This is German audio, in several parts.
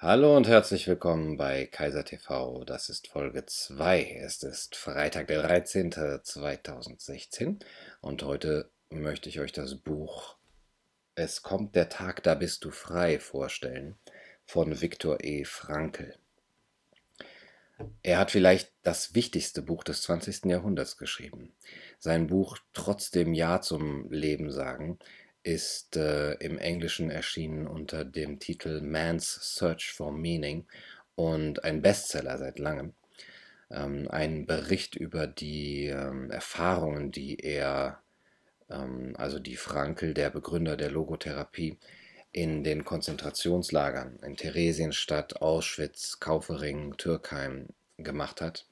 Hallo und herzlich willkommen bei Kaiser TV. Das ist Folge 2. Es ist Freitag, der 13.2016 und heute möchte ich euch das Buch Es kommt der Tag, da bist du frei vorstellen von Viktor E. Frankl. Er hat vielleicht das wichtigste Buch des 20. Jahrhunderts geschrieben. Sein Buch Trotzdem Ja zum Leben sagen ist im Englischen erschienen unter dem Titel Man's Search for Meaning und ein Bestseller seit langem. Ein Bericht über die Erfahrungen, die also die Frankl, der Begründer der Logotherapie, in den Konzentrationslagern in Theresienstadt, Auschwitz, Kaufering, Türkheim gemacht hat,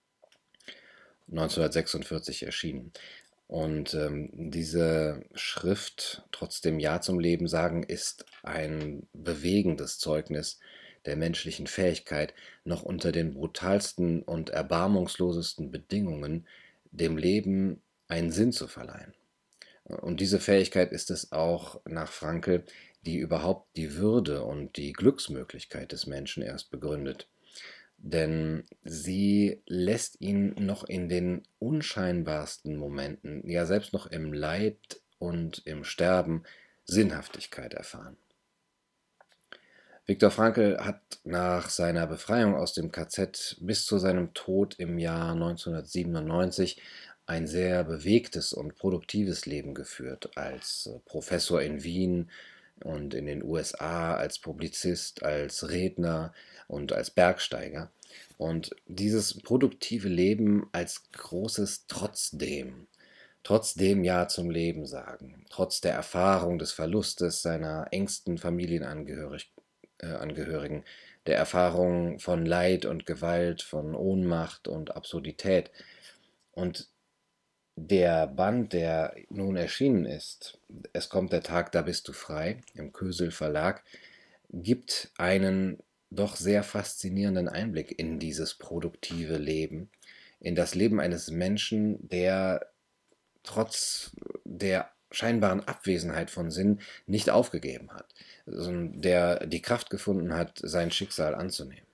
1946 erschienen. Und diese Schrift, trotzdem Ja zum Leben sagen, ist ein bewegendes Zeugnis der menschlichen Fähigkeit, noch unter den brutalsten und erbarmungslosesten Bedingungen dem Leben einen Sinn zu verleihen. Und diese Fähigkeit ist es auch nach Frankl, die überhaupt die Würde und die Glücksmöglichkeit des Menschen erst begründet. Denn sie lässt ihn noch in den unscheinbarsten Momenten, ja selbst noch im Leid und im Sterben, Sinnhaftigkeit erfahren. Viktor Frankl hat nach seiner Befreiung aus dem KZ bis zu seinem Tod im Jahr 1997 ein sehr bewegtes und produktives Leben geführt, als Professor in Wien und in den USA, als Publizist, als Redner und als Bergsteiger. Und dieses produktive Leben als großes trotzdem Ja zum Leben sagen, trotz der Erfahrung des Verlustes seiner engsten Angehörigen, der Erfahrung von Leid und Gewalt, von Ohnmacht und Absurdität. Und der Band, der nun erschienen ist, Es kommt der Tag, da bist du frei, im Kösel Verlag, gibt einen doch sehr faszinierenden Einblick in dieses produktive Leben, in das Leben eines Menschen, der trotz der scheinbaren Abwesenheit von Sinn nicht aufgegeben hat, sondern der die Kraft gefunden hat, sein Schicksal anzunehmen.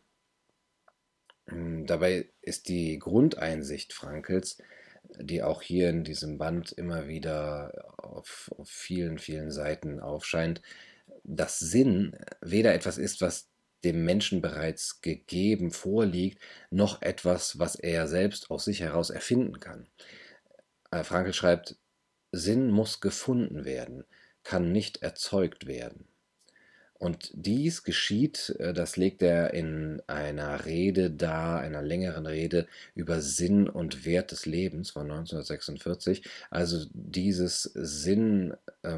Dabei ist die Grundeinsicht Frankls, die auch hier in diesem Band immer wieder auf vielen, vielen Seiten aufscheint, dass Sinn weder etwas ist, was dem Menschen bereits gegeben vorliegt, noch etwas, was er selbst aus sich heraus erfinden kann. Frankl schreibt, Sinn muss gefunden werden, kann nicht erzeugt werden. Und dies geschieht, das legt er in einer Rede dar, einer längeren Rede über Sinn und Wert des Lebens von 1946. Also dieses Sinn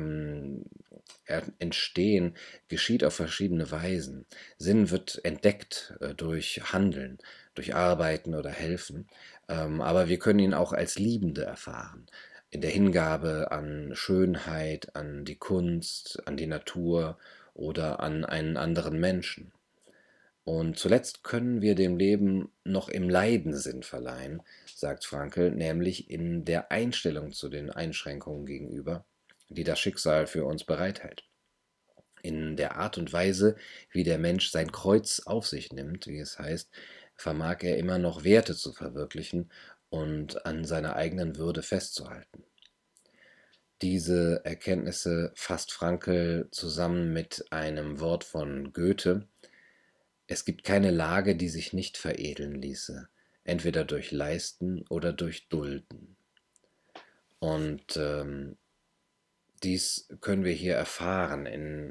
entstehen geschieht auf verschiedene Weisen. Sinn wird entdeckt durch Handeln, durch Arbeiten oder Helfen, aber wir können ihn auch als Liebende erfahren. In der Hingabe an Schönheit, an die Kunst, an die Natur oder an einen anderen Menschen. Und zuletzt können wir dem Leben noch im Leiden Sinn verleihen, sagt Frankl, nämlich in der Einstellung zu den Einschränkungen gegenüber, die das Schicksal für uns bereithält. In der Art und Weise, wie der Mensch sein Kreuz auf sich nimmt, wie es heißt, vermag er immer noch Werte zu verwirklichen und an seiner eigenen Würde festzuhalten. Diese Erkenntnisse fasst Frankl zusammen mit einem Wort von Goethe: Es gibt keine Lage, die sich nicht veredeln ließe, entweder durch Leisten oder durch Dulden. Und dies können wir hier erfahren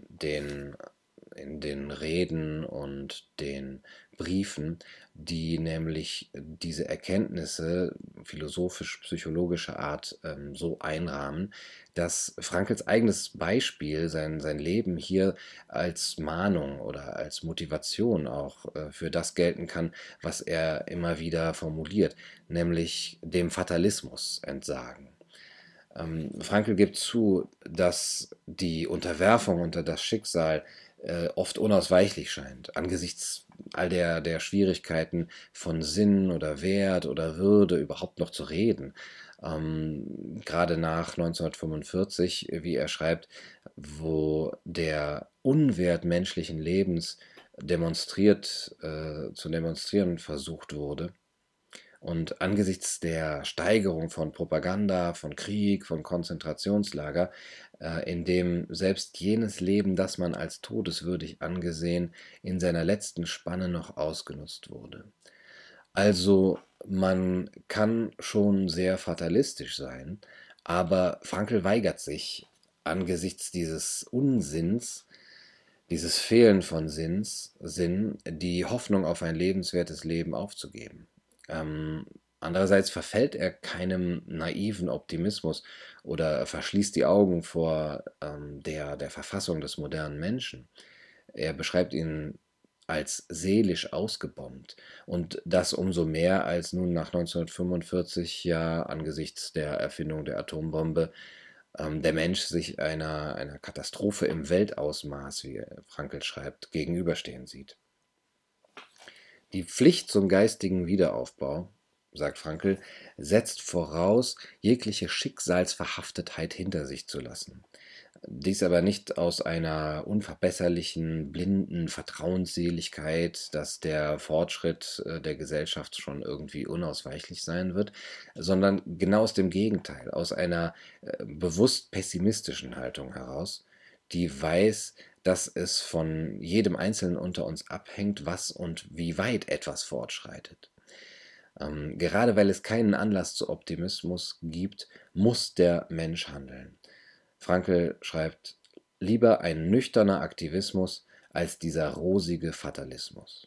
in den Reden und den Briefen, die nämlich diese Erkenntnisse philosophisch-psychologischer Art so einrahmen, dass Frankls eigenes Beispiel, sein Leben hier als Mahnung oder als Motivation auch für das gelten kann, was er immer wieder formuliert, nämlich dem Fatalismus entsagen. Frankl gibt zu, dass die Unterwerfung unter das Schicksal oft unausweichlich scheint, angesichts all der Schwierigkeiten von Sinn oder Wert oder Würde überhaupt noch zu reden. Gerade nach 1945, wie er schreibt, wo der Unwert menschlichen Lebens zu demonstrieren versucht wurde. Und angesichts der Steigerung von Propaganda, von Krieg, von Konzentrationslager, in dem selbst jenes Leben, das man als todeswürdig angesehen, in seiner letzten Spanne noch ausgenutzt wurde. Also man kann schon sehr fatalistisch sein, aber Frankl weigert sich angesichts dieses Unsinns, dieses Fehlen von Sinn, die Hoffnung auf ein lebenswertes Leben aufzugeben. Ähm, Andererseits verfällt er keinem naiven Optimismus oder verschließt die Augen vor der Verfassung des modernen Menschen. Er beschreibt ihn als seelisch ausgebombt und das umso mehr, als nun nach 1945 ja angesichts der Erfindung der Atombombe der Mensch sich einer Katastrophe im Weltausmaß, wie Frankl schreibt, gegenüberstehen sieht. Die Pflicht zum geistigen Wiederaufbau, sagt Frankl, setzt voraus, jegliche Schicksalsverhaftetheit hinter sich zu lassen. Dies aber nicht aus einer unverbesserlichen, blinden Vertrauensseligkeit, dass der Fortschritt der Gesellschaft schon irgendwie unausweichlich sein wird, sondern genau aus dem Gegenteil, aus einer bewusst pessimistischen Haltung heraus, die weiß, dass es von jedem Einzelnen unter uns abhängt, was und wie weit etwas fortschreitet. Gerade weil es keinen Anlass zu Optimismus gibt, muss der Mensch handeln. Frankl schreibt, lieber ein nüchterner Aktivismus als dieser rosige Fatalismus.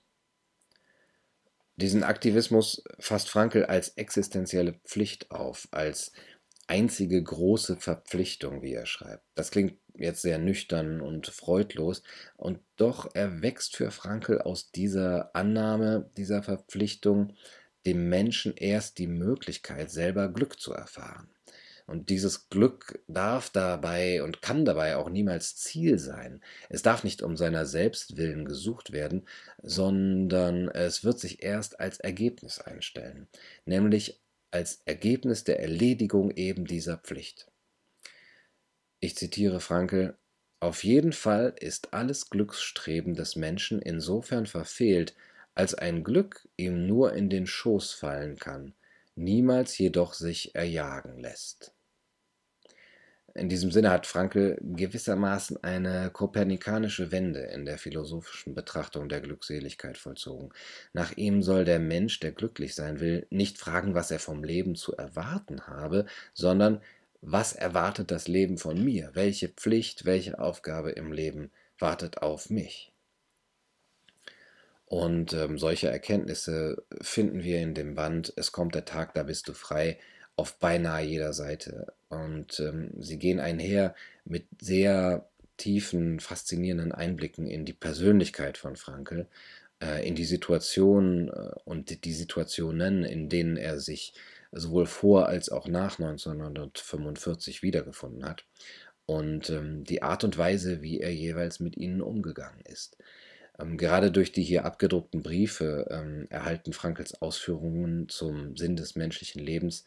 Diesen Aktivismus fasst Frankl als existenzielle Pflicht auf, als einzige große Verpflichtung, wie er schreibt. Das klingt jetzt sehr nüchtern und freudlos, und doch erwächst für Frankl aus dieser Annahme, dieser Verpflichtung, dem Menschen erst die Möglichkeit, selber Glück zu erfahren. Und dieses Glück darf dabei und kann dabei auch niemals Ziel sein. Es darf nicht um seiner selbst willen gesucht werden, sondern es wird sich erst als Ergebnis einstellen, nämlich als Ergebnis der Erledigung eben dieser Pflicht. Ich zitiere Frankl: Auf jeden Fall ist alles Glücksstreben des Menschen insofern verfehlt, als ein Glück ihm nur in den Schoß fallen kann, niemals jedoch sich erjagen lässt. In diesem Sinne hat Frankl gewissermaßen eine kopernikanische Wende in der philosophischen Betrachtung der Glückseligkeit vollzogen. Nach ihm soll der Mensch, der glücklich sein will, nicht fragen, was er vom Leben zu erwarten habe, sondern was erwartet das Leben von mir? Welche Pflicht, welche Aufgabe im Leben wartet auf mich? Und solche Erkenntnisse finden wir in dem Band Es kommt der Tag, da bist du frei, auf beinahe jeder Seite. Und sie gehen einher mit sehr tiefen, faszinierenden Einblicken in die Persönlichkeit von Frankl, in die Situation und die Situationen, in denen er sich sowohl vor als auch nach 1945 wiedergefunden hat, und die Art und Weise, wie er jeweils mit ihnen umgegangen ist. Gerade durch die hier abgedruckten Briefe erhalten Frankls Ausführungen zum Sinn des menschlichen Lebens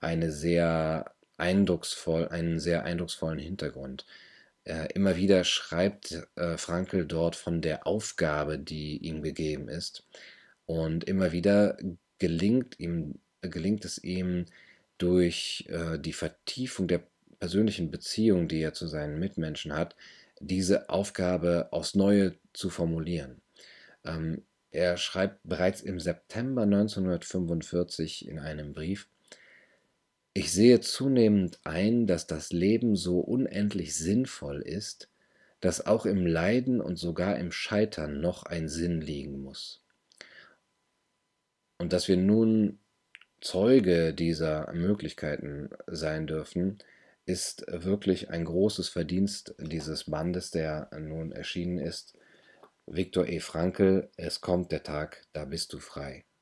einen sehr eindrucksvollen Hintergrund. Immer wieder schreibt Frankl dort von der Aufgabe, die ihm gegeben ist. Und immer wieder gelingt es ihm durch die Vertiefung der persönlichen Beziehung, die er zu seinen Mitmenschen hat, diese Aufgabe aufs Neue zu formulieren. Er schreibt bereits im September 1945 in einem Brief: Ich sehe zunehmend ein, dass das Leben so unendlich sinnvoll ist, dass auch im Leiden und sogar im Scheitern noch ein Sinn liegen muss. Und dass wir nun Zeuge dieser Möglichkeiten sein dürfen, ist wirklich ein großes Verdienst dieses Bandes, der nun erschienen ist. Viktor E. Frankl, Es kommt der Tag, da bist du frei.